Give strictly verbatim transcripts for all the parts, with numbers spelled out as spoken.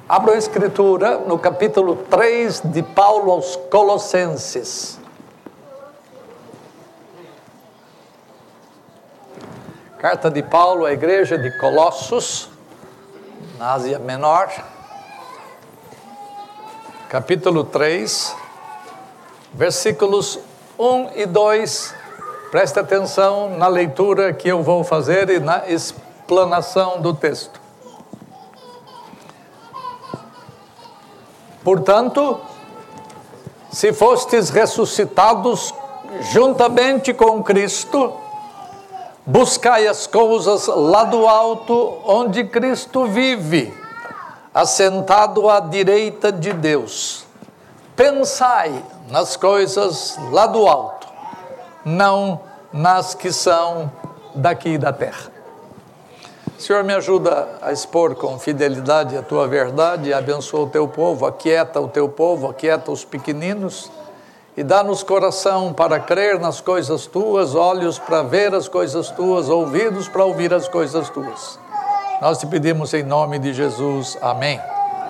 Abra a Escritura no capítulo três de Paulo aos Colossenses. Carta de Paulo à igreja de Colossos, na Ásia Menor. Capítulo três, versículos um e dois. Preste atenção na leitura que eu vou fazer e na explanação do texto. Portanto, se fostes ressuscitados juntamente com Cristo, buscai as coisas lá do alto, onde Cristo vive, assentado à direita de Deus. Pensai nas coisas lá do alto, não nas que são daqui da terra. Senhor, me ajuda a expor com fidelidade a Tua verdade, abençoa o Teu povo, aquieta o Teu povo, aquieta os pequeninos, e dá-nos coração para crer nas coisas Tuas, olhos para ver as coisas Tuas, ouvidos para ouvir as coisas Tuas. Nós te pedimos em nome de Jesus. Amém.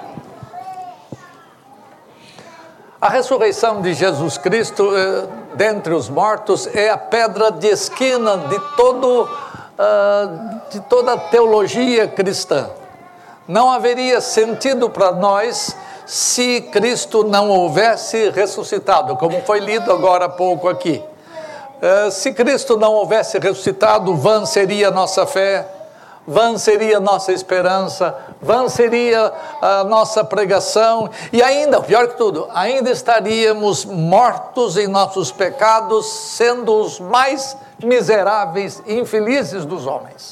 A ressurreição de Jesus Cristo eh, dentre os mortos é a pedra de esquina de todo Uh, de toda a teologia cristã. Não haveria sentido para nós se Cristo não houvesse ressuscitado, como foi lido agora há pouco aqui. Uh, se Cristo não houvesse ressuscitado, vã seria a nossa fé, vã seria a nossa esperança, vã seria a nossa pregação, e ainda, pior que tudo, ainda estaríamos mortos em nossos pecados, sendo os mais miseráveis e infelizes dos homens.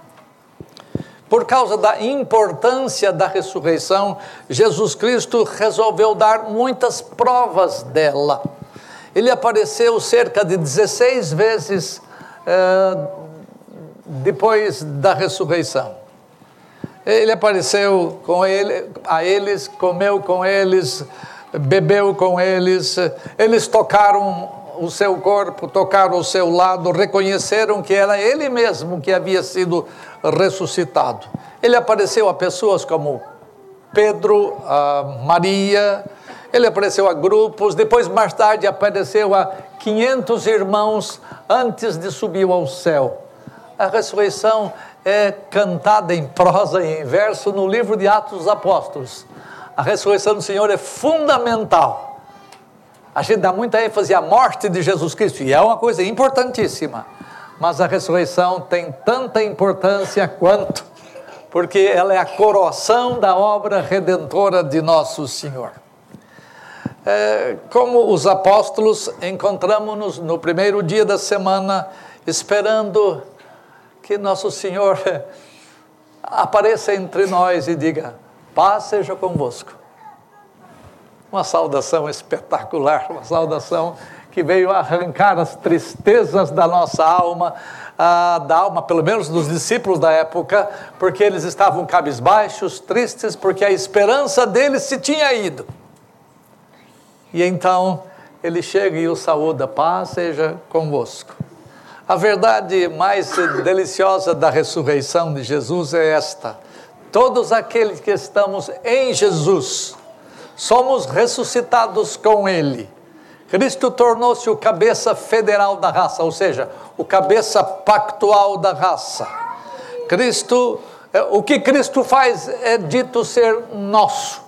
Por causa da importância da ressurreição, Jesus Cristo resolveu dar muitas provas dela. Ele apareceu cerca de dezesseis vezes eh, depois da ressurreição. Ele apareceu com ele, a eles, comeu com eles, bebeu com eles, eles tocaram o seu corpo, tocaram o seu lado, reconheceram que era ele mesmo que havia sido ressuscitado. Ele apareceu a pessoas como Pedro, a Maria, ele apareceu a grupos, depois mais tarde apareceu a quinhentos irmãos antes de subir ao céu. A ressurreição é cantada em prosa e em verso no livro de Atos dos Apóstolos. A ressurreição do Senhor é fundamental. A gente dá muita ênfase à morte de Jesus Cristo, e é uma coisa importantíssima, mas a ressurreição tem tanta importância quanto, porque ela é a coroação da obra redentora de nosso Senhor. É, como os apóstolos, encontramos-nos no primeiro dia da semana, esperando que nosso Senhor apareça entre nós e diga: paz seja convosco. Uma saudação espetacular, uma saudação que veio arrancar as tristezas da nossa alma, ah, da alma, pelo menos dos discípulos da época, porque eles estavam cabisbaixos, tristes, porque a esperança deles se tinha ido. E então ele chega e os saúda: paz seja convosco. A verdade mais deliciosa da ressurreição de Jesus é esta: todos aqueles que estamos em Jesus, somos ressuscitados com Ele. Cristo tornou-se o cabeça federal da raça, ou seja, o cabeça pactual da raça. Cristo, o que Cristo faz é dito ser nosso.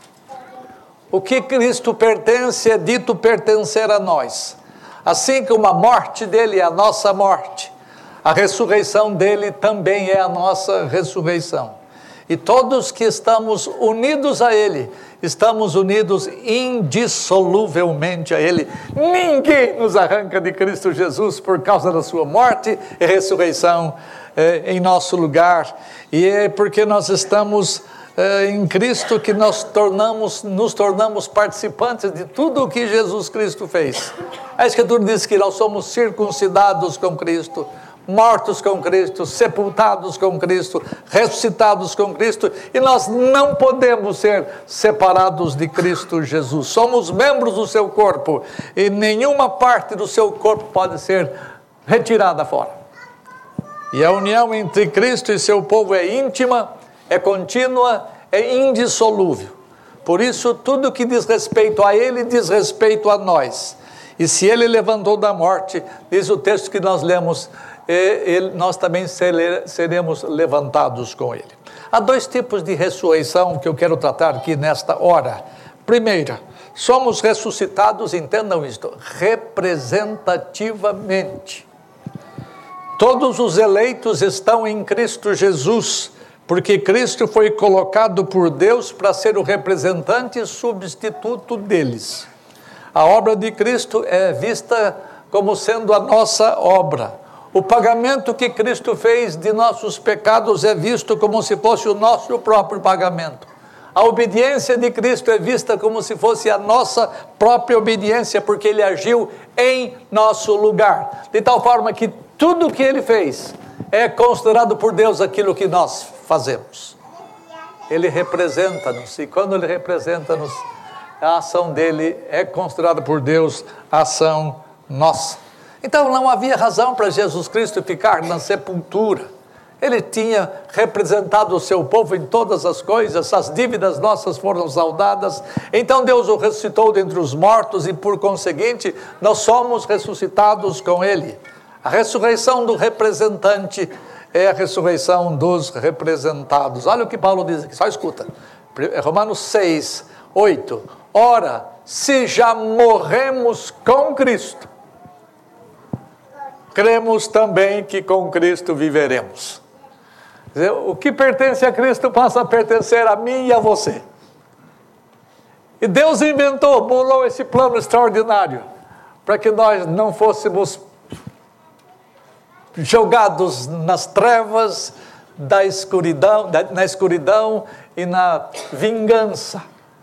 O que Cristo pertence é dito pertencer a nós. Assim como a morte dele é a nossa morte, a ressurreição dele também é a nossa ressurreição. E todos que estamos unidos a Ele, estamos unidos indissoluvelmente a Ele. Ninguém nos arranca de Cristo Jesus por causa da sua morte e ressurreição eh, em nosso lugar. E é porque nós estamos eh, em Cristo que nós tornamos, nos tornamos participantes de tudo o que Jesus Cristo fez. A Escritura diz que nós somos circuncidados com Cristo, mortos com Cristo, sepultados com Cristo, ressuscitados com Cristo, e nós não podemos ser separados de Cristo Jesus. Somos membros do seu corpo, e nenhuma parte do seu corpo pode ser retirada fora. E a união entre Cristo e seu povo é íntima, é contínua, é indissolúvel. Por isso, tudo que diz respeito a ele, diz respeito a nós. E se ele levantou da morte, diz o texto que nós lemos, ele, nós também seremos levantados com ele. Há dois tipos de ressurreição que eu quero tratar aqui nesta hora. Primeira, somos ressuscitados, entendam isto, representativamente. Todos os eleitos estão em Cristo Jesus, porque Cristo foi colocado por Deus para ser o representante e substituto deles. A obra de Cristo é vista como sendo a nossa obra. O pagamento que Cristo fez de nossos pecados é visto como se fosse o nosso próprio pagamento. A obediência de Cristo é vista como se fosse a nossa própria obediência, porque Ele agiu em nosso lugar. De tal forma que tudo que Ele fez é considerado por Deus aquilo que nós fazemos. Ele representa-nos, e quando Ele representa-nos, a ação dele é considerada por Deus a ação nossa. Então não havia razão para Jesus Cristo ficar na sepultura. Ele tinha representado o seu povo em todas as coisas, as dívidas nossas foram saudadas. Então Deus o ressuscitou dentre os mortos e, por conseguinte, nós somos ressuscitados com ele. A ressurreição do representante é a ressurreição dos representados. Olha o que Paulo diz aqui, só escuta. Romanos seis, oito. Ora, se já morremos com Cristo, cremos também que com Cristo viveremos. Quer dizer, o que pertence a Cristo passa a pertencer a mim e a você. E Deus inventou, bolou esse plano extraordinário, para que nós não fôssemos jogados nas trevas da escuridão, da, na escuridão e na vingança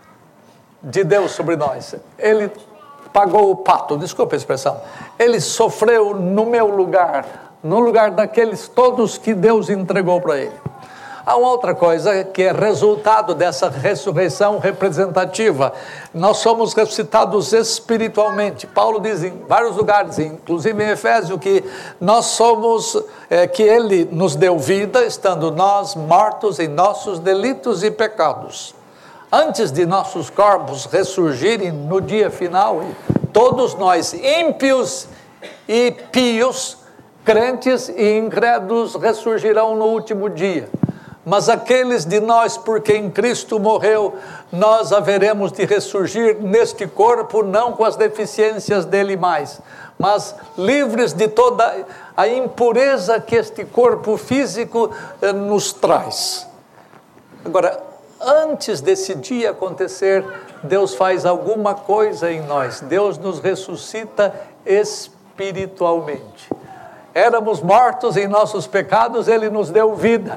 de Deus sobre nós. Ele pagou o pato, desculpa a expressão, ele sofreu no meu lugar, no lugar daqueles todos que Deus entregou para ele. Há uma outra coisa que é resultado dessa ressurreição representativa. Nós somos ressuscitados espiritualmente. Paulo diz em vários lugares, inclusive em Efésios, que nós somos, é, que ele nos deu vida, estando nós mortos em nossos delitos e pecados. Antes de nossos corpos ressurgirem no dia final, todos nós, ímpios e pios, crentes e incrédulos, ressurgirão no último dia. Mas aqueles de nós por quem Cristo morreu, nós haveremos de ressurgir neste corpo, não com as deficiências dele mais, mas livres de toda a impureza que este corpo físico eh, nos traz. Agora, antes desse dia acontecer, Deus faz alguma coisa em nós. Deus nos ressuscita espiritualmente. Éramos mortos em nossos pecados, Ele nos deu vida.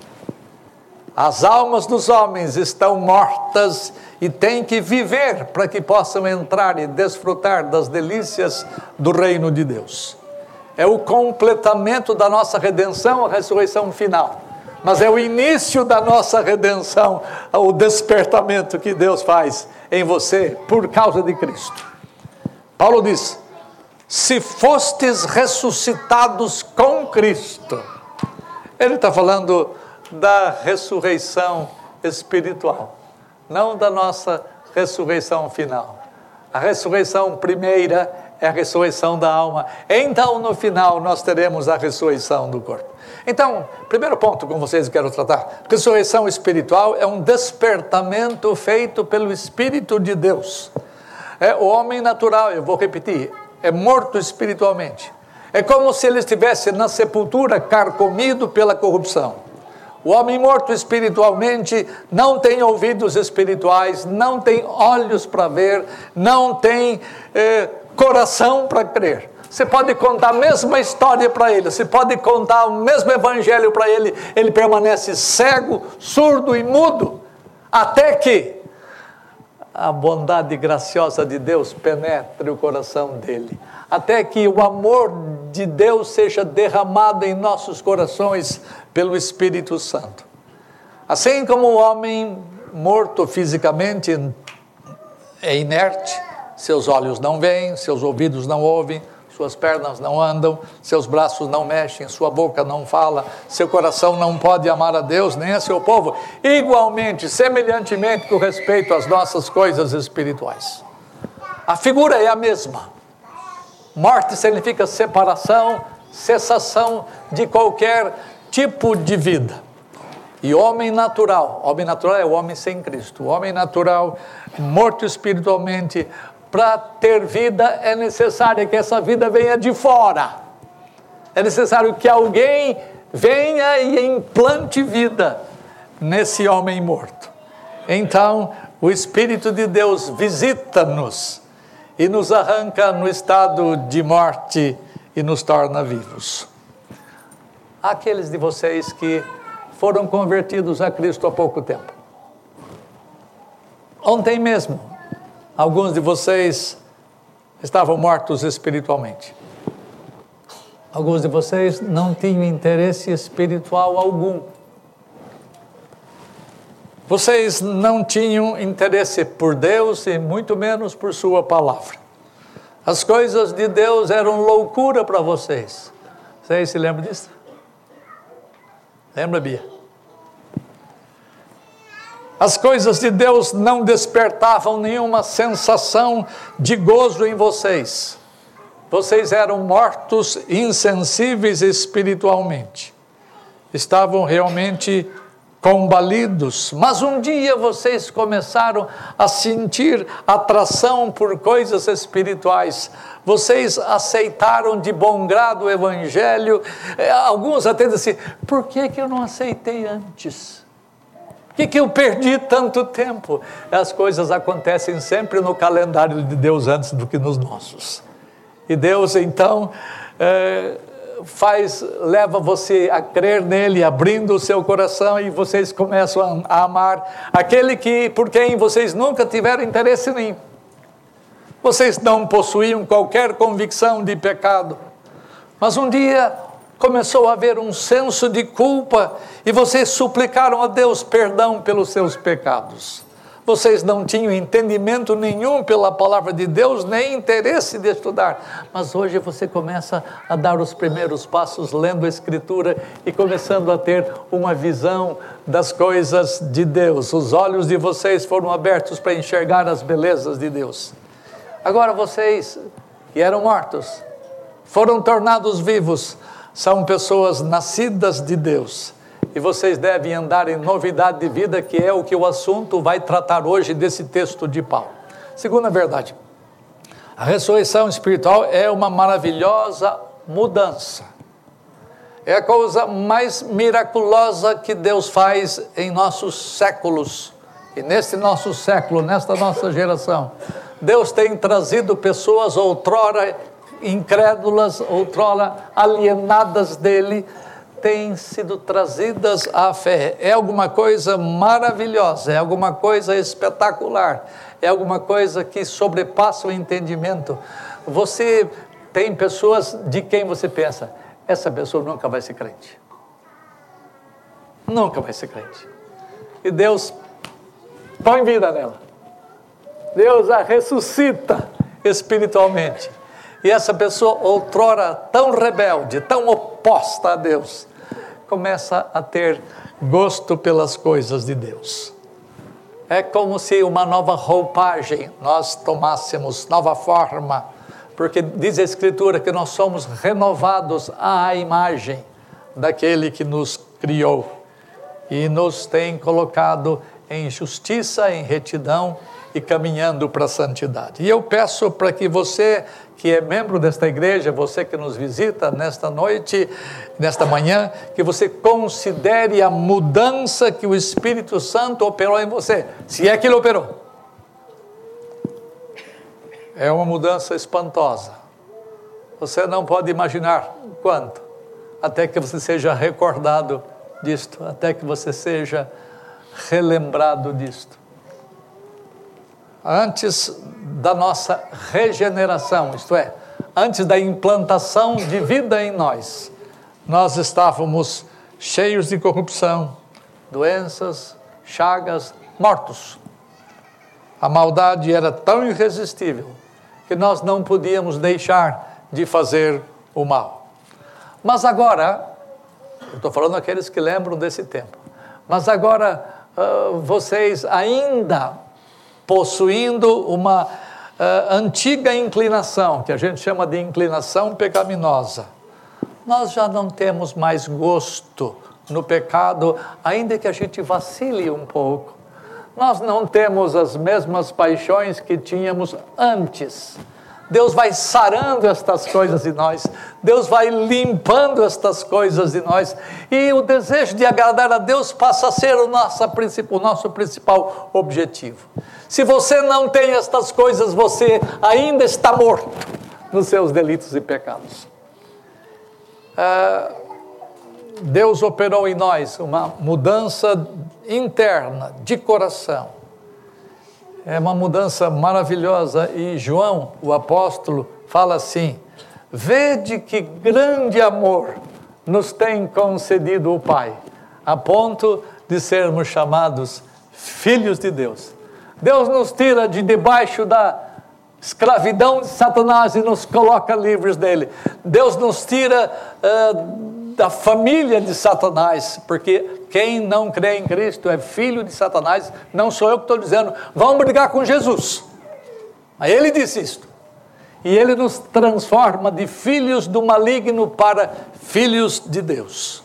As almas dos homens estão mortas e têm que viver para que possam entrar e desfrutar das delícias do reino de Deus. É o completamento da nossa redenção, a ressurreição final. Mas é o início da nossa redenção, o despertamento que Deus faz em você por causa de Cristo. Paulo diz, se fostes ressuscitados com Cristo. Ele está falando da ressurreição espiritual, não da nossa ressurreição final. A ressurreição primeira é a ressurreição da alma. Então, no final, nós teremos a ressurreição do corpo. Então, primeiro ponto com vocês que quero tratar, ressurreição espiritual é um despertamento feito pelo Espírito de Deus. É, o homem natural, eu vou repetir, é morto espiritualmente. É como se ele estivesse na sepultura carcomido pela corrupção. O homem morto espiritualmente não tem ouvidos espirituais, não tem olhos para ver, não tem eh, coração para crer. Você pode contar a mesma história para ele, você pode contar o mesmo evangelho para ele, ele permanece cego, surdo e mudo, até que a bondade graciosa de Deus penetre o coração dele, até que o amor de Deus seja derramado em nossos corações pelo Espírito Santo. Assim como o homem morto fisicamente é inerte, seus olhos não veem, seus ouvidos não ouvem, suas pernas não andam, seus braços não mexem, sua boca não fala, seu coração não pode amar a Deus nem a seu povo, igualmente, semelhantemente com respeito às nossas coisas espirituais. A figura é a mesma. Morte significa separação, cessação de qualquer tipo de vida. E homem natural, homem natural é o homem sem Cristo. O homem natural, morto espiritualmente, para ter vida é necessário que essa vida venha de fora. É necessário que alguém venha e implante vida nesse homem morto. Então, o Espírito de Deus visita-nos e nos arranca no estado de morte e nos torna vivos. Aqueles de vocês que foram convertidos a Cristo há pouco tempo. Ontem mesmo, alguns de vocês estavam mortos espiritualmente. Alguns de vocês não tinham interesse espiritual algum. Vocês não tinham interesse por Deus e muito menos por sua palavra. As coisas de Deus eram loucura para vocês. Vocês se lembram disso? Lembra, Bia? As coisas de Deus não despertavam nenhuma sensação de gozo em vocês. Vocês eram mortos, insensíveis espiritualmente. Estavam realmente combalidos. Mas um dia vocês começaram a sentir atração por coisas espirituais. Vocês aceitaram de bom grado o Evangelho. Alguns até dizem assim, por que que eu não aceitei antes? Por que que eu perdi tanto tempo? As coisas acontecem sempre no calendário de Deus antes do que nos nossos. E Deus então é, faz, leva você a crer nele, abrindo o seu coração, e vocês começam a, a amar aquele que, por quem vocês nunca tiveram interesse nenhum. Vocês não possuíam qualquer convicção de pecado, mas um dia começou a haver um senso de culpa e vocês suplicaram a Deus perdão pelos seus pecados. Vocês não tinham entendimento nenhum pela palavra de Deus, nem interesse de estudar. Mas hoje você começa a dar os primeiros passos lendo a Escritura e começando a ter uma visão das coisas de Deus. Os olhos de vocês foram abertos para enxergar as belezas de Deus. Agora vocês, que eram mortos, foram tornados vivos, são pessoas nascidas de Deus. E vocês devem andar em novidade de vida, que é o que o assunto vai tratar hoje desse texto de Paulo. Segunda verdade, a ressurreição espiritual é uma maravilhosa mudança. É a coisa mais miraculosa que Deus faz em nossos séculos. E neste nosso século, nesta nossa geração, Deus tem trazido pessoas outrora incrédulas, outrora alienadas dele, têm sido trazidas à fé. É alguma coisa maravilhosa, é alguma coisa espetacular, é alguma coisa que sobrepassa o entendimento. Você tem pessoas de quem você pensa, essa pessoa nunca vai ser crente. Nunca vai ser crente. E Deus põe vida nela. Deus a ressuscita espiritualmente. E essa pessoa, outrora tão rebelde, tão oposta a Deus, começa a ter gosto pelas coisas de Deus. É como se uma nova roupagem nós tomássemos, nova forma, porque diz a Escritura que nós somos renovados à imagem daquele que nos criou e nos tem colocado em justiça, em retidão e caminhando para a santidade. E eu peço para que você, que é membro desta igreja, você que nos visita nesta noite, nesta manhã, que você considere a mudança que o Espírito Santo operou em você, se é que ele operou. É uma mudança espantosa. Você não pode imaginar quanto, até que você seja recordado disto, até que você seja relembrado disto. Antes da nossa regeneração, isto é, antes da implantação de vida em nós, nós estávamos cheios de corrupção, doenças, chagas, mortos. A maldade era tão irresistível que nós não podíamos deixar de fazer o mal. Mas agora, eu estou falando aqueles que lembram desse tempo, mas agora uh, vocês ainda possuindo uma uh, antiga inclinação, que a gente chama de inclinação pecaminosa, nós já não temos mais gosto no pecado, ainda que a gente vacile um pouco. Nós não temos as mesmas paixões que tínhamos antes. Deus vai sarando estas coisas em nós, Deus vai limpando estas coisas em nós, e o desejo de agradar a Deus passa a ser o nosso, o nosso principal objetivo. Se você não tem estas coisas, você ainda está morto nos seus delitos e pecados. Ah, Deus operou em nós uma mudança interna, de coração. É uma mudança maravilhosa, e João, o apóstolo, fala assim: vede que grande amor nos tem concedido o Pai, a ponto de sermos chamados filhos de Deus. Deus nos tira de debaixo da escravidão de Satanás e nos coloca livres dele. Deus nos tira uh, da família de Satanás, porque quem não crê em Cristo é filho de Satanás. Não sou eu que estou dizendo, vamos brigar com Jesus. Mas ele disse isto. E ele nos transforma de filhos do maligno para filhos de Deus.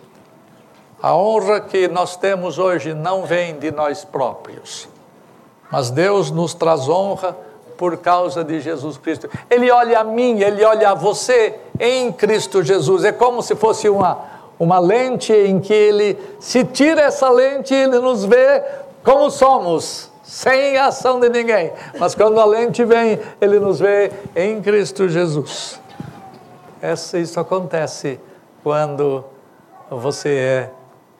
A honra que nós temos hoje não vem de nós próprios, mas Deus nos traz honra por causa de Jesus Cristo. Ele olha a mim, ele olha a você em Cristo Jesus. É como se fosse uma, uma lente em que ele, se tira essa lente, ele nos vê como somos, sem ação de ninguém. Mas quando a lente vem, ele nos vê em Cristo Jesus. Essa, isso acontece quando você é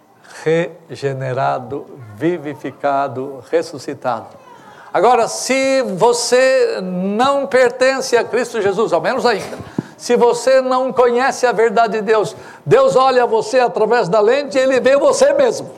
regenerado, vivificado, ressuscitado. Agora, se você não pertence a Cristo Jesus, ao menos ainda, se você não conhece a verdade de Deus, Deus olha você através da lente e ele vê você mesmo.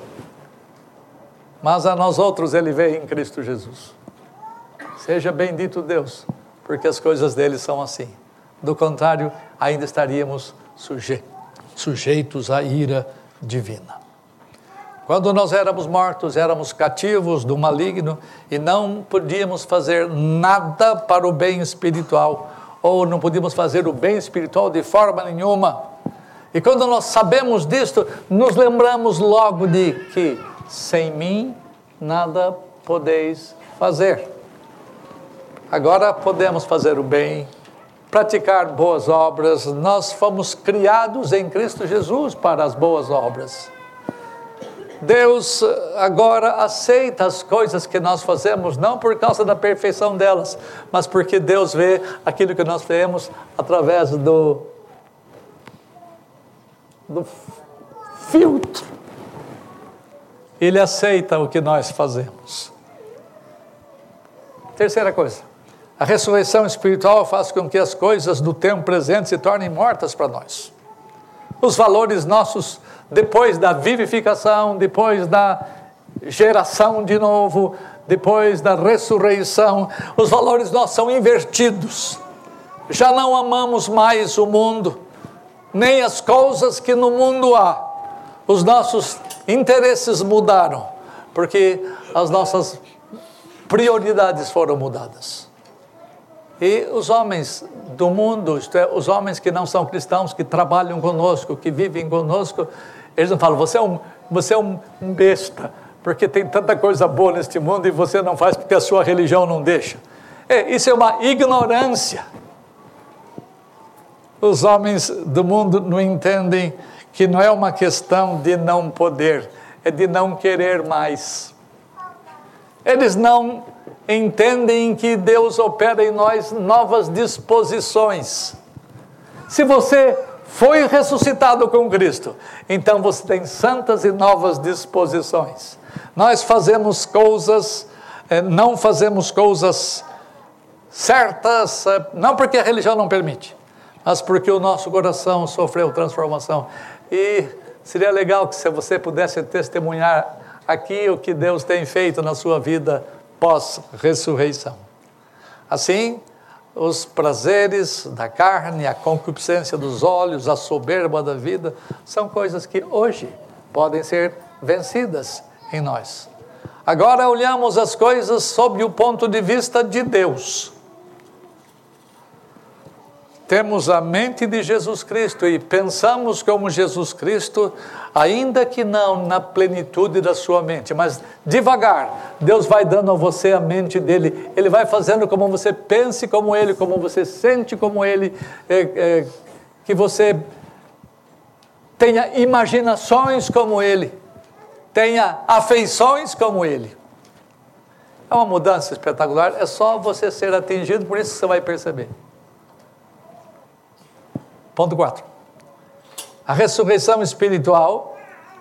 Mas a nós outros ele vê em Cristo Jesus. Seja bendito Deus, porque as coisas dele são assim. Do contrário, ainda estaríamos suje- sujeitos à ira divina. Quando nós éramos mortos, éramos cativos do maligno e não podíamos fazer nada para o bem espiritual, ou não podíamos fazer o bem espiritual de forma nenhuma. E quando nós sabemos disto, nos lembramos logo de que sem mim nada podeis fazer. Agora podemos fazer o bem, praticar boas obras. Nós fomos criados em Cristo Jesus para as boas obras. Deus agora aceita as coisas que nós fazemos, não por causa da perfeição delas, mas porque Deus vê aquilo que nós fazemos através do, do filtro. Ele aceita o que nós fazemos. Terceira coisa, a ressurreição espiritual faz com que as coisas do tempo presente se tornem mortas para nós. Os valores nossos, depois da vivificação, depois da geração de novo, depois da ressurreição, os valores nossos são invertidos. Já não amamos mais o mundo, nem as coisas que no mundo há. Os nossos interesses mudaram, porque as nossas prioridades foram mudadas. E os homens do mundo, isto é, os homens que não são cristãos, que trabalham conosco, que vivem conosco, eles não falam, você é um, você é um besta, porque tem tanta coisa boa neste mundo e você não faz porque a sua religião não deixa. É, isso é uma ignorância. Os homens do mundo não entendem que não é uma questão de não poder, é de não querer mais. Eles não entendem que Deus opera em nós novas disposições. Se você foi ressuscitado com Cristo, então você tem santas e novas disposições. Nós fazemos coisas, não fazemos coisas certas, não porque a religião não permite, mas porque o nosso coração sofreu transformação. E seria legal que se você pudesse testemunhar aqui o que Deus tem feito na sua vida pós-ressurreição. Assim, os prazeres da carne, a concupiscência dos olhos, a soberba da vida, são coisas que hoje podem ser vencidas em nós. Agora olhamos as coisas sob o ponto de vista de Deus. Temos a mente de Jesus Cristo e pensamos como Jesus Cristo, ainda que não na plenitude da sua mente, mas devagar, Deus vai dando a você a mente dele, ele vai fazendo como você pense como ele, como você sente como ele, é, é, que você tenha imaginações como ele, tenha afeições como ele. É uma mudança espetacular, é só você ser atingido, por isso que você vai perceber. Ponto quatro. A ressurreição espiritual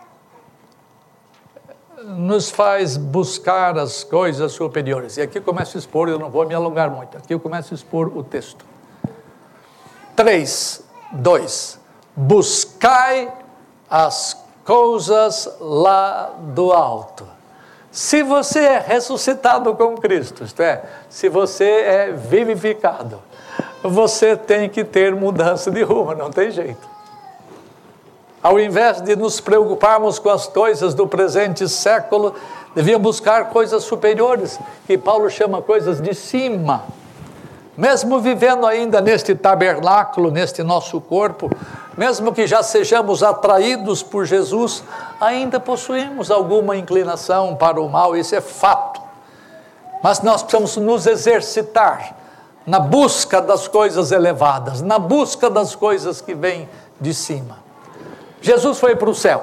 nos faz buscar as coisas superiores. E aqui eu começo a expor, eu não vou me alongar muito. Aqui eu começo a expor o texto. três, dois. Buscai as coisas lá do alto. Se você é ressuscitado com Cristo, isto é, se você é vivificado, você tem que ter mudança de rumo, não tem jeito. Ao invés de nos preocuparmos com as coisas do presente século, devíamos buscar coisas superiores, que Paulo chama coisas de cima. Mesmo vivendo ainda neste tabernáculo, neste nosso corpo, mesmo que já sejamos atraídos por Jesus, ainda possuímos alguma inclinação para o mal, isso é fato. Mas nós precisamos nos exercitar na busca das coisas elevadas, na busca das coisas que vêm de cima. Jesus foi para o céu,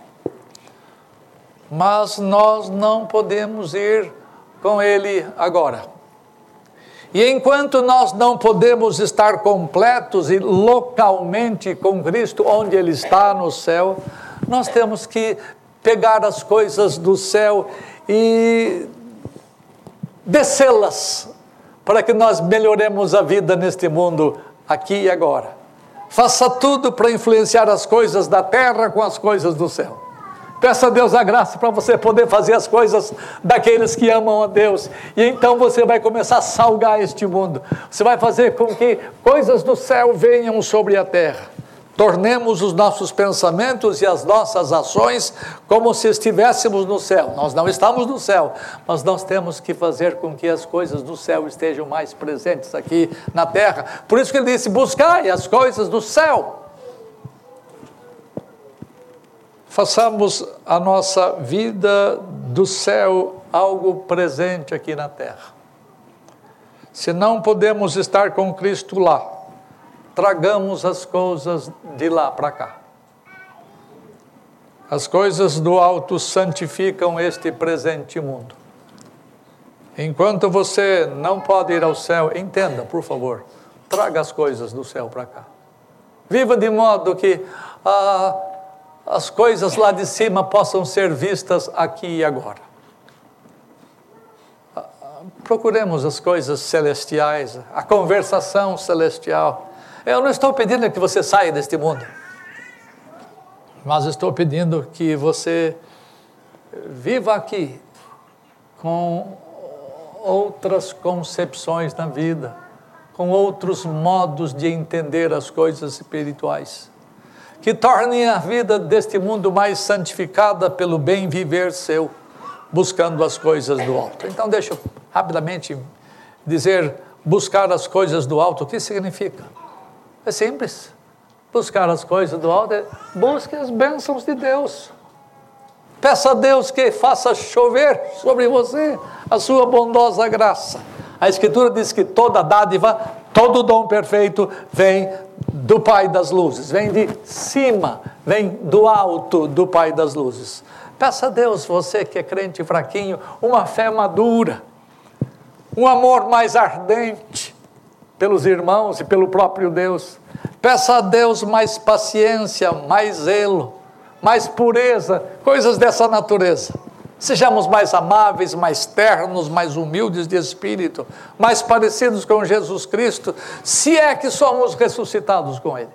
mas nós não podemos ir com ele agora. E enquanto nós não podemos estar completos e localmente com Cristo, onde ele está no céu, nós temos que pegar as coisas do céu e descê-las, para que nós melhoremos a vida neste mundo, aqui e agora. Faça tudo para influenciar as coisas da terra com as coisas do céu. Peça a Deus a graça para você poder fazer as coisas daqueles que amam a Deus. E então você vai começar a salgar este mundo. Você vai fazer com que coisas do céu venham sobre a terra. Tornemos os nossos pensamentos e as nossas ações como se estivéssemos no céu. Nós não estamos no céu, mas nós temos que fazer com que as coisas do céu estejam mais presentes aqui na terra. Por isso que ele disse, buscai as coisas do céu. Façamos a nossa vida do céu algo presente aqui na terra. Se não podemos estar com Cristo lá, tragamos as coisas de lá para cá. As coisas do alto santificam este presente mundo. Enquanto você não pode ir ao céu, entenda, por favor, traga as coisas do céu para cá. Viva de modo que ah, as coisas lá de cima possam ser vistas aqui e agora. Ah, procuremos as coisas celestiais, a conversação celestial. Eu não estou pedindo que você saia deste mundo, mas estou pedindo que você viva aqui com outras concepções na vida, com outros modos de entender as coisas espirituais, que tornem a vida deste mundo mais santificada pelo bem viver seu, buscando as coisas do alto. Então deixa eu rapidamente dizer, buscar as coisas do alto, o que significa? É simples. Buscar as coisas do alto é busque as bênçãos de Deus. Peça a Deus que faça chover sobre você a sua bondosa graça. A Escritura diz que toda dádiva, todo dom perfeito vem do Pai das luzes, vem de cima, vem do alto do Pai das luzes. Peça a Deus, você que é crente fraquinho, uma fé madura, um amor mais ardente pelos irmãos e pelo próprio Deus. Peça a Deus mais paciência, mais zelo, mais pureza, coisas dessa natureza. Sejamos mais amáveis, mais ternos, mais humildes de espírito, mais parecidos com Jesus Cristo, se é que somos ressuscitados com Ele.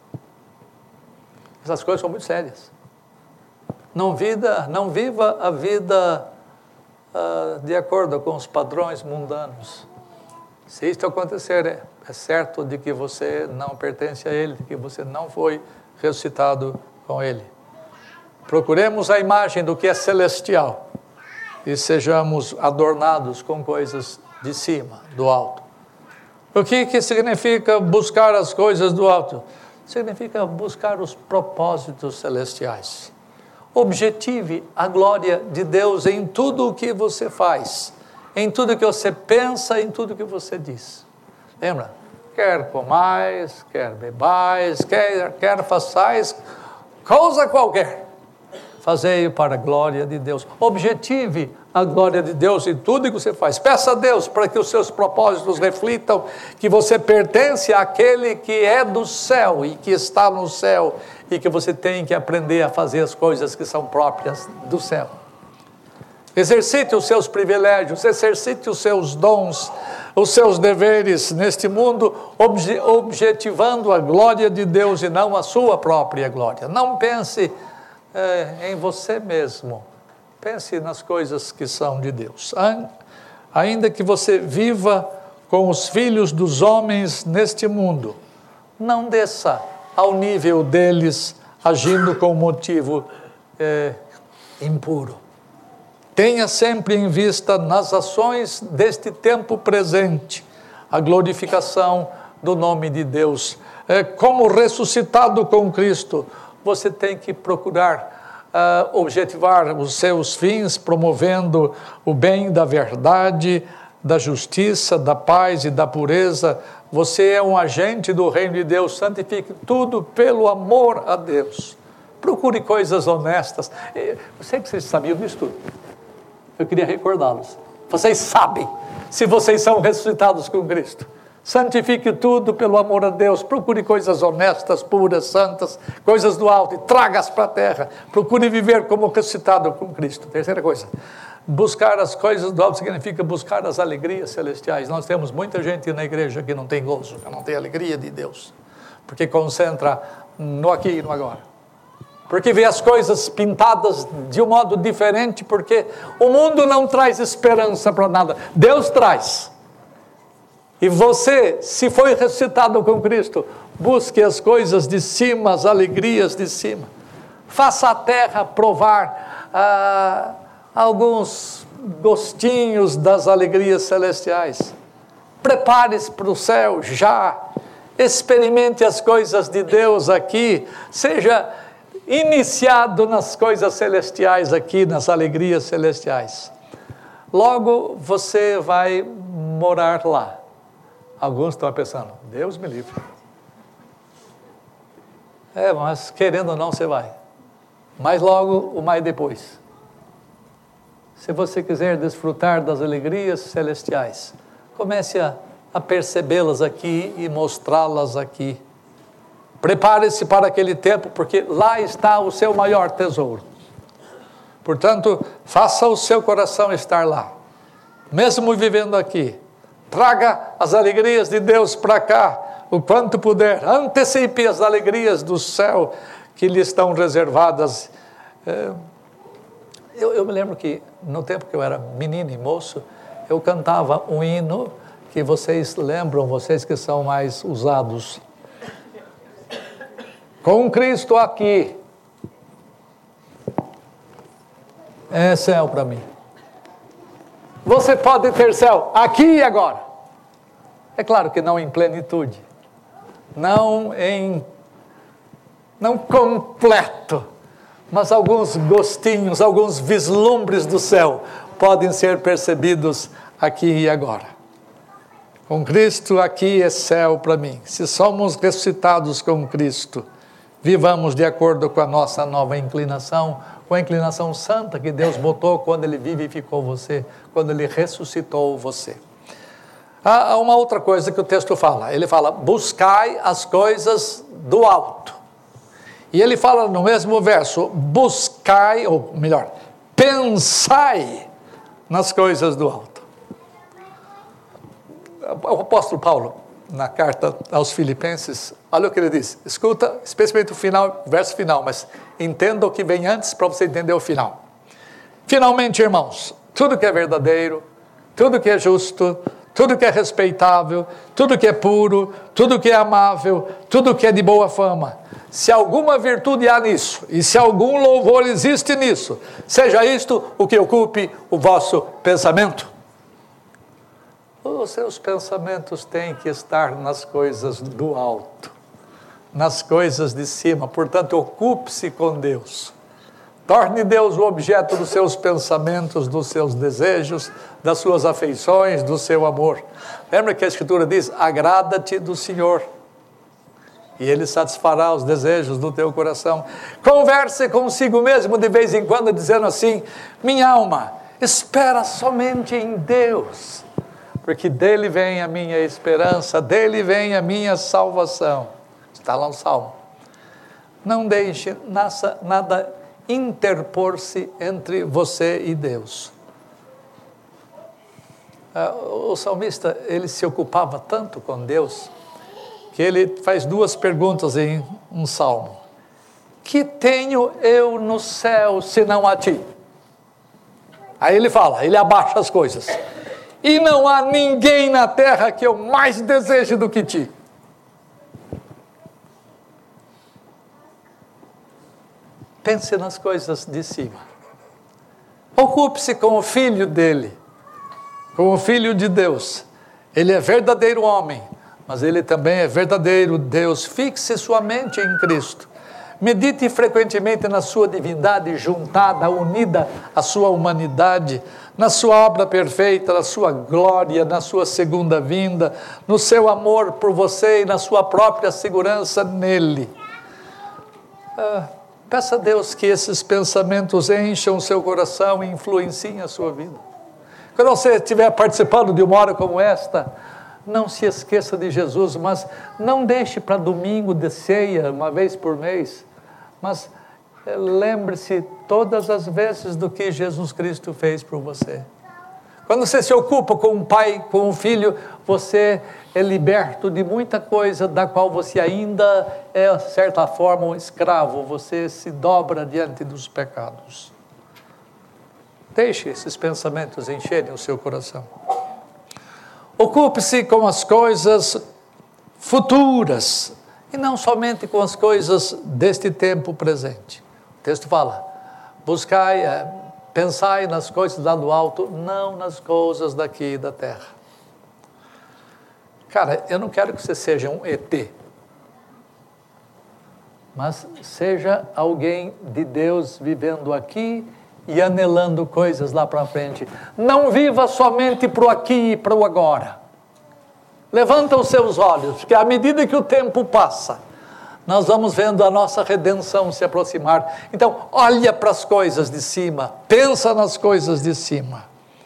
Essas coisas são muito sérias. Não, vida, não viva a vida uh, de acordo com os padrões mundanos. Se isto acontecer, é, é certo de que você não pertence a Ele, de que você não foi ressuscitado com Ele. Procuremos a imagem do que é celestial e sejamos adornados com coisas de cima, do alto. O que, que significa buscar as coisas do alto? Significa buscar os propósitos celestiais. Objetive a glória de Deus em tudo o que você faz, em tudo que você pensa, em tudo que você diz. Lembra? Quer comais, quer bebais, quer, quer façais, coisa qualquer, fazei para a glória de Deus. Objetive a glória de Deus em tudo que você faz. Peça a Deus para que os seus propósitos reflitam que você pertence àquele que é do céu e que está no céu e que você tem que aprender a fazer as coisas que são próprias do céu. Exercite os seus privilégios, exercite os seus dons, os seus deveres neste mundo, obje, objetivando a glória de Deus e não a sua própria glória. Não pense é, em você mesmo, pense nas coisas que são de Deus. Ainda que você viva com os filhos dos homens neste mundo, não desça ao nível deles, agindo com motivo é, impuro. Tenha sempre em vista nas ações deste tempo presente a glorificação do nome de Deus. É, como ressuscitado com Cristo, você tem que procurar uh, objetivar os seus fins, promovendo o bem da verdade, da justiça, da paz e da pureza. Você é um agente do reino de Deus, santifique tudo pelo amor a Deus. Procure coisas honestas. Eu sei que vocês sabiam disso tudo. Eu queria recordá-los. Vocês sabem, se vocês são ressuscitados com Cristo. Santifique tudo pelo amor a Deus. Procure coisas honestas, puras, santas, coisas do alto e traga-as para a terra. Procure viver como ressuscitado com Cristo. Terceira coisa, buscar as coisas do alto significa buscar as alegrias celestiais. Nós temos muita gente na igreja que não tem gozo, que não tem alegria de Deus, porque concentra no aqui e no agora. Porque vê as coisas pintadas de um modo diferente, porque o mundo não traz esperança para nada, Deus traz. E você, se foi ressuscitado com Cristo, busque as coisas de cima, as alegrias de cima. Faça a terra provar ah, alguns gostinhos das alegrias celestiais. Prepare-se para o céu já. Experimente as coisas de Deus aqui. Seja iniciado nas coisas celestiais aqui, nas alegrias celestiais. Logo você vai morar lá. Alguns estão pensando, Deus me livre. É, mas querendo ou não você vai. Mas logo, o mais depois. Se você quiser desfrutar das alegrias celestiais, comece a, a percebê-las aqui e mostrá-las aqui. Prepare-se para aquele tempo, porque lá está o seu maior tesouro. Portanto, faça o seu coração estar lá. Mesmo vivendo aqui, traga as alegrias de Deus para cá, o quanto puder. Antecipe as alegrias do céu que lhe estão reservadas. Eu, eu me lembro que, no tempo que eu era menino e moço, eu cantava um hino que vocês lembram, vocês que são mais usados. Com Cristo aqui, é céu para mim. Você pode ter céu aqui e agora. É claro que não em plenitude, não em, não completo, mas alguns gostinhos, alguns vislumbres do céu podem ser percebidos aqui e agora. Com Cristo aqui é céu para mim. Se somos ressuscitados com Cristo, vivamos de acordo com a nossa nova inclinação, com a inclinação santa que Deus botou quando Ele vivificou você, quando Ele ressuscitou você. Há uma outra coisa que o texto fala. Ele fala, buscai as coisas do alto. E ele fala no mesmo verso, buscai, ou melhor, pensai nas coisas do alto. O apóstolo Paulo, na carta aos Filipenses, olha o que ele diz. Escuta, especialmente o final, verso final, mas entenda o que vem antes para você entender o final. Finalmente, irmãos, tudo que é verdadeiro, tudo que é justo, tudo que é respeitável, tudo que é puro, tudo que é amável, tudo que é de boa fama. Se alguma virtude há nisso, e se algum louvor existe nisso, seja isto o que ocupe o vosso pensamento. Os seus pensamentos têm que estar nas coisas do alto, nas coisas de cima. Portanto, ocupe-se com Deus. Torne Deus o objeto dos seus pensamentos, dos seus desejos, das suas afeições, do seu amor. Lembra que a Escritura diz: agrada-te do Senhor, e Ele satisfará os desejos do teu coração. Converse consigo mesmo de vez em quando, dizendo assim: minha alma, espera somente em Deus, porque dele vem a minha esperança, dele vem a minha salvação. Está lá o Salmo. Não deixe nada, nada interpor-se entre você e Deus. O salmista, ele se ocupava tanto com Deus, que ele faz duas perguntas em um salmo: que tenho eu no céu senão a ti? Aí ele fala, ele abaixa as coisas: e não há ninguém na terra que eu mais deseje do que ti. Pense nas coisas de cima. Ocupe-se com o Filho dele, com o Filho de Deus. Ele é verdadeiro homem, mas ele também é verdadeiro Deus. Fixe sua mente em Cristo. Medite frequentemente na sua divindade juntada, unida à sua humanidade, na sua obra perfeita, na sua glória, na sua segunda vinda, no seu amor por você e na sua própria segurança nele. Ah, peça a Deus que esses pensamentos encham o seu coração e influenciem a sua vida. Quando você estiver participando de uma hora como esta, não se esqueça de Jesus, mas não deixe para domingo de ceia, uma vez por mês, mas lembre-se todas as vezes do que Jesus Cristo fez por você. Quando você se ocupa com um pai, com um filho, você é liberto de muita coisa da qual você ainda é, de certa forma, um escravo. Você se dobra diante dos pecados. Deixe esses pensamentos encherem o seu coração. Ocupe-se com as coisas futuras e não somente com as coisas deste tempo presente. O texto fala: buscai, é, pensai nas coisas lá do alto, não nas coisas daqui da terra. Cara, eu não quero que você seja um E T, mas seja alguém de Deus vivendo aqui e anelando coisas lá para frente. Não viva somente para o aqui e para o agora. Levanta os seus olhos, porque à medida que o tempo passa, nós vamos vendo a nossa redenção se aproximar. Então, olha para as coisas de cima, pensa nas coisas de cima.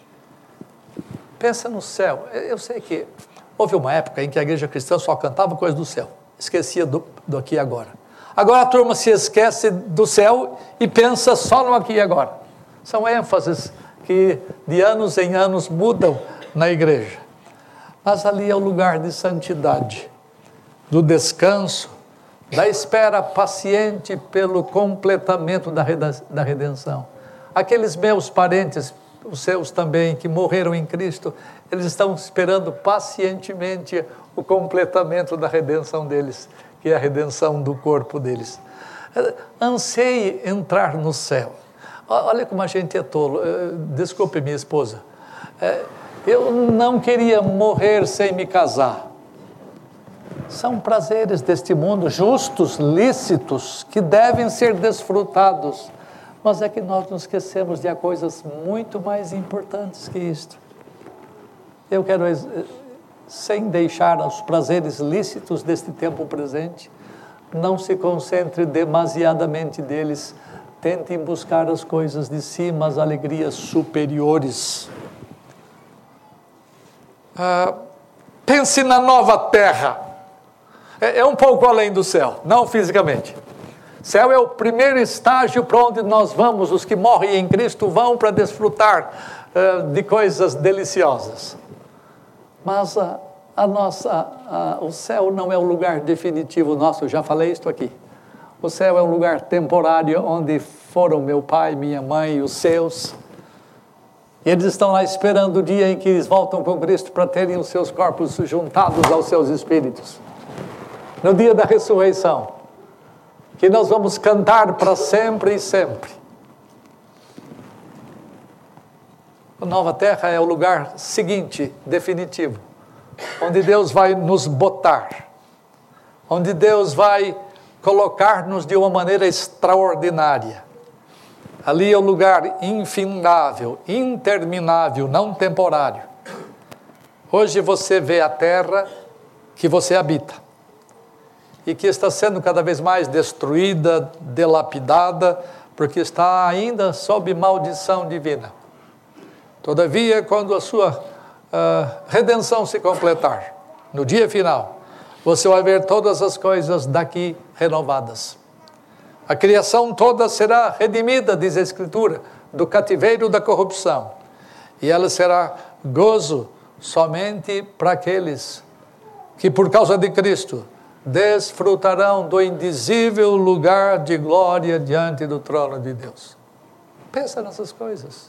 Pensa no céu. Eu sei que houve uma época em que a igreja cristã só cantava coisas do céu, esquecia do, do aqui e agora. Agora a turma se esquece do céu e pensa só no aqui e agora. São ênfases que de anos em anos mudam na igreja. Mas ali é o lugar de santidade, do descanso, da espera paciente pelo completamento da redenção. Aqueles meus parentes, os seus também, que morreram em Cristo, eles estão esperando pacientemente o completamento da redenção deles, que é a redenção do corpo deles. Anseie entrar no céu. Olha como a gente é tolo. Desculpe, minha esposa. Eu não queria morrer sem me casar. São prazeres deste mundo, justos, lícitos, que devem ser desfrutados. Mas é que nós nos esquecemos de coisas muito mais importantes que isto. Eu quero, sem deixar os prazeres lícitos deste tempo presente, não se concentre demasiadamente deles. Tente buscar as coisas de cima, as alegrias superiores. Ah, pense na nova terra. É, é um pouco além do céu, não fisicamente. Céu é o primeiro estágio para onde nós vamos, os que morrem em Cristo vão para desfrutar uh, de coisas deliciosas. Mas a, a nossa, a, o céu não é o lugar definitivo nosso, eu já falei isso aqui. O céu é um lugar temporário onde foram meu pai, minha mãe e os seus. E eles estão lá esperando o dia em que eles voltam com Cristo para terem os seus corpos juntados aos seus espíritos. No dia da ressurreição, que nós vamos cantar para sempre e sempre. A nova terra é o lugar seguinte, definitivo, onde Deus vai nos botar, onde Deus vai colocar-nos de uma maneira extraordinária. Ali é o lugar infindável, interminável, não temporário. Hoje você vê a terra que você habita e que está sendo cada vez mais destruída, dilapidada, porque está ainda sob maldição divina. Todavia, quando a sua uh, redenção se completar, no dia final, você vai ver todas as coisas daqui renovadas. A criação toda será redimida, diz a Escritura, do cativeiro da corrupção. E ela será gozo somente para aqueles que, por causa de Cristo, desfrutarão do indizível lugar de glória diante do trono de Deus. Pensa nessas coisas.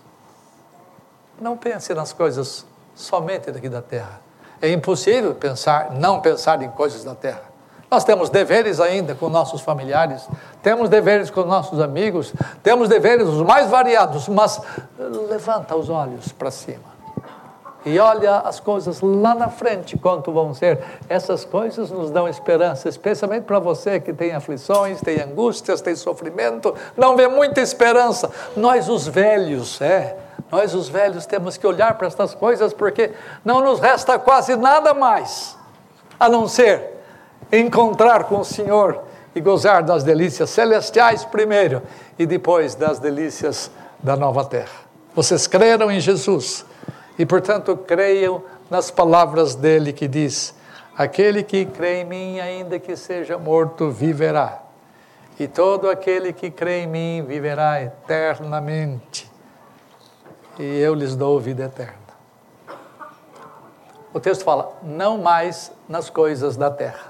Não pense nas coisas somente daqui da terra. É impossível pensar, não pensar em coisas da terra. Nós temos deveres ainda com nossos familiares, temos deveres com nossos amigos, temos deveres os mais variados, mas levanta os olhos para cima e olha as coisas lá na frente, quanto vão ser. Essas coisas nos dão esperança, especialmente para você que tem aflições, tem angústias, tem sofrimento, não vê muita esperança. Nós os velhos, é... Nós, os velhos, temos que olhar para estas coisas, porque não nos resta quase nada mais, a não ser encontrar com o Senhor e gozar das delícias celestiais primeiro, e depois das delícias da nova terra. Vocês creram em Jesus, e portanto creiam nas palavras dele que diz: aquele que crê em mim, ainda que seja morto, viverá. E todo aquele que crê em mim, viverá eternamente. E eu lhes dou vida eterna. O texto fala, não mais nas coisas da terra.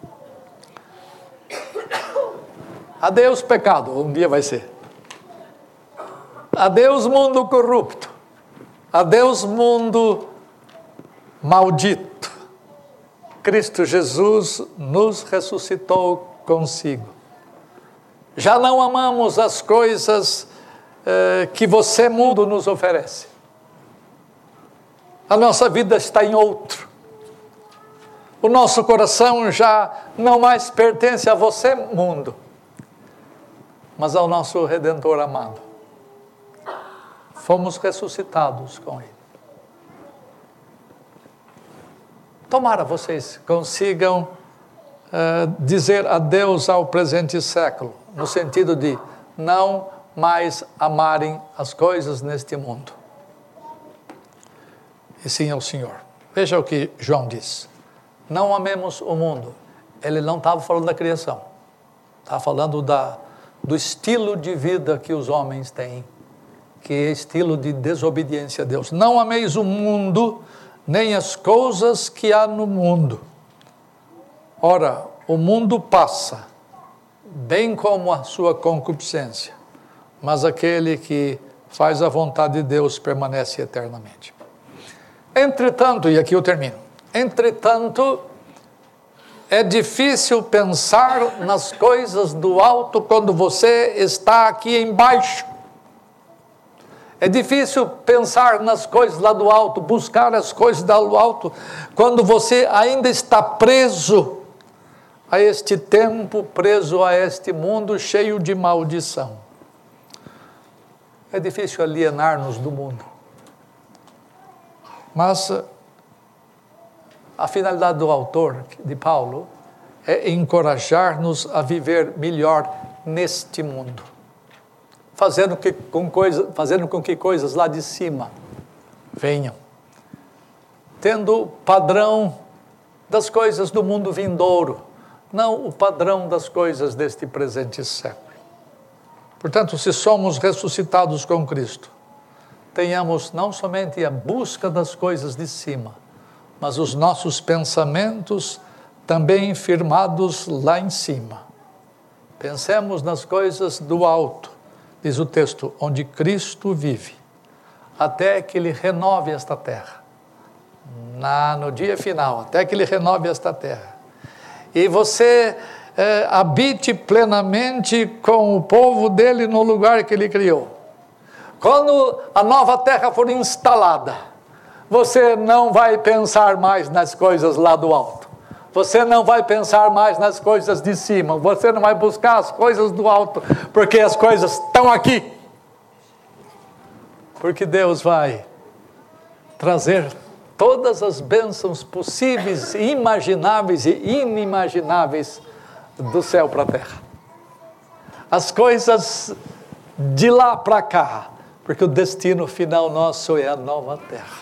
Adeus pecado, um dia vai ser. Adeus mundo corrupto. Adeus mundo maldito. Cristo Jesus nos ressuscitou consigo. Já não amamos as coisas que você, mundo, nos oferece. A nossa vida está em outro. O nosso coração já não mais pertence a você, mundo, mas ao nosso Redentor amado. Fomos ressuscitados com Ele. Tomara vocês consigam uh, dizer adeus ao presente século, no sentido de não mais amarem as coisas neste mundo, e sim ao Senhor. Veja o que João diz: não amemos o mundo. Ele não estava falando da criação, estava falando da, do estilo de vida que os homens têm, que é estilo de desobediência a Deus. Não ameis o mundo, nem as coisas que há no mundo. Ora, o mundo passa, bem como a sua concupiscência, mas aquele que faz a vontade de Deus permanece eternamente. Entretanto, e aqui eu termino, entretanto, é difícil pensar nas coisas do alto quando você está aqui embaixo. É difícil pensar nas coisas lá do alto, buscar as coisas lá do alto, quando você ainda está preso a este tempo, preso a este mundo cheio de maldição. É difícil alienar-nos do mundo. Mas a finalidade do autor, de Paulo, é encorajar-nos a viver melhor neste mundo, fazendo, que, com, coisa, fazendo com que coisas lá de cima venham, tendo o padrão das coisas do mundo vindouro, não o padrão das coisas deste presente século. Portanto, se somos ressuscitados com Cristo, tenhamos não somente a busca das coisas de cima, mas os nossos pensamentos também firmados lá em cima. Pensemos nas coisas do alto, diz o texto, onde Cristo vive. até que Ele renove esta terra. Na, no dia final, até que Ele renove esta terra. E você é, habite plenamente com o povo dEle no lugar que Ele criou. Quando a nova terra for instalada, você não vai pensar mais nas coisas lá do alto. Você não vai pensar mais nas coisas de cima. Você não vai buscar as coisas do alto, porque as coisas estão aqui. Porque Deus vai trazer todas as bênçãos possíveis, imagináveis e inimagináveis do céu para a terra. As coisas de lá para cá, porque o destino final nosso é a nova terra.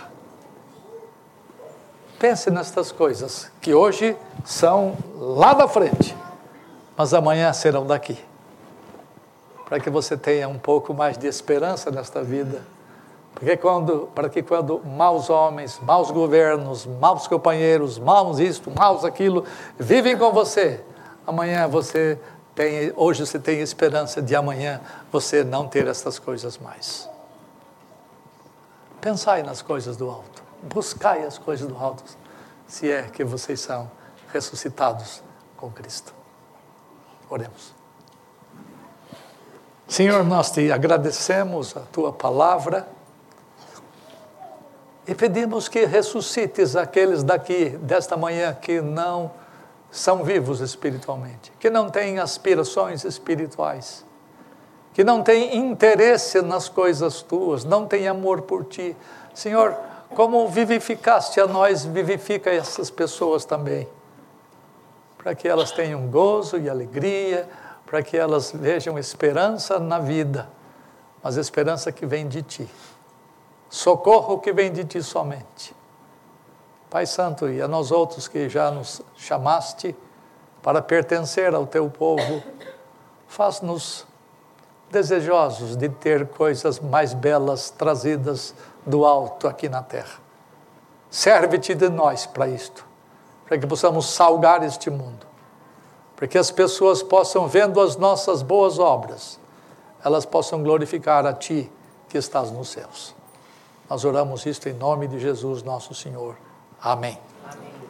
Pense nestas coisas, que hoje são lá da frente, mas amanhã serão daqui. Para que você tenha um pouco mais de esperança nesta vida. Porque quando, para que quando maus homens, maus governos, maus companheiros, maus isto, maus aquilo, vivem com você, amanhã você tem, hoje você tem esperança de amanhã você não ter essas coisas mais. Pensai nas coisas do alto, buscai as coisas do alto, se é que vocês são ressuscitados com Cristo. Oremos. Senhor, nós te agradecemos a Tua palavra e pedimos que ressuscites aqueles daqui, desta manhã, que não são vivos espiritualmente, que não têm aspirações espirituais, que não têm interesse nas coisas Tuas, não têm amor por Ti. Senhor, como vivificaste a nós, vivifica essas pessoas também, para que elas tenham gozo e alegria, para que elas vejam esperança na vida, mas esperança que vem de Ti. Socorro que vem de Ti somente. Pai Santo, e a nós outros que já nos chamaste para pertencer ao Teu povo, faz-nos desejosos de ter coisas mais belas trazidas do alto aqui na terra. Serve-te de nós para isto, para que possamos salgar este mundo, para que as pessoas possam, vendo as nossas boas obras, elas possam glorificar a Ti que estás nos céus. Nós oramos isto em nome de Jesus, nosso Senhor. Amém. Amém.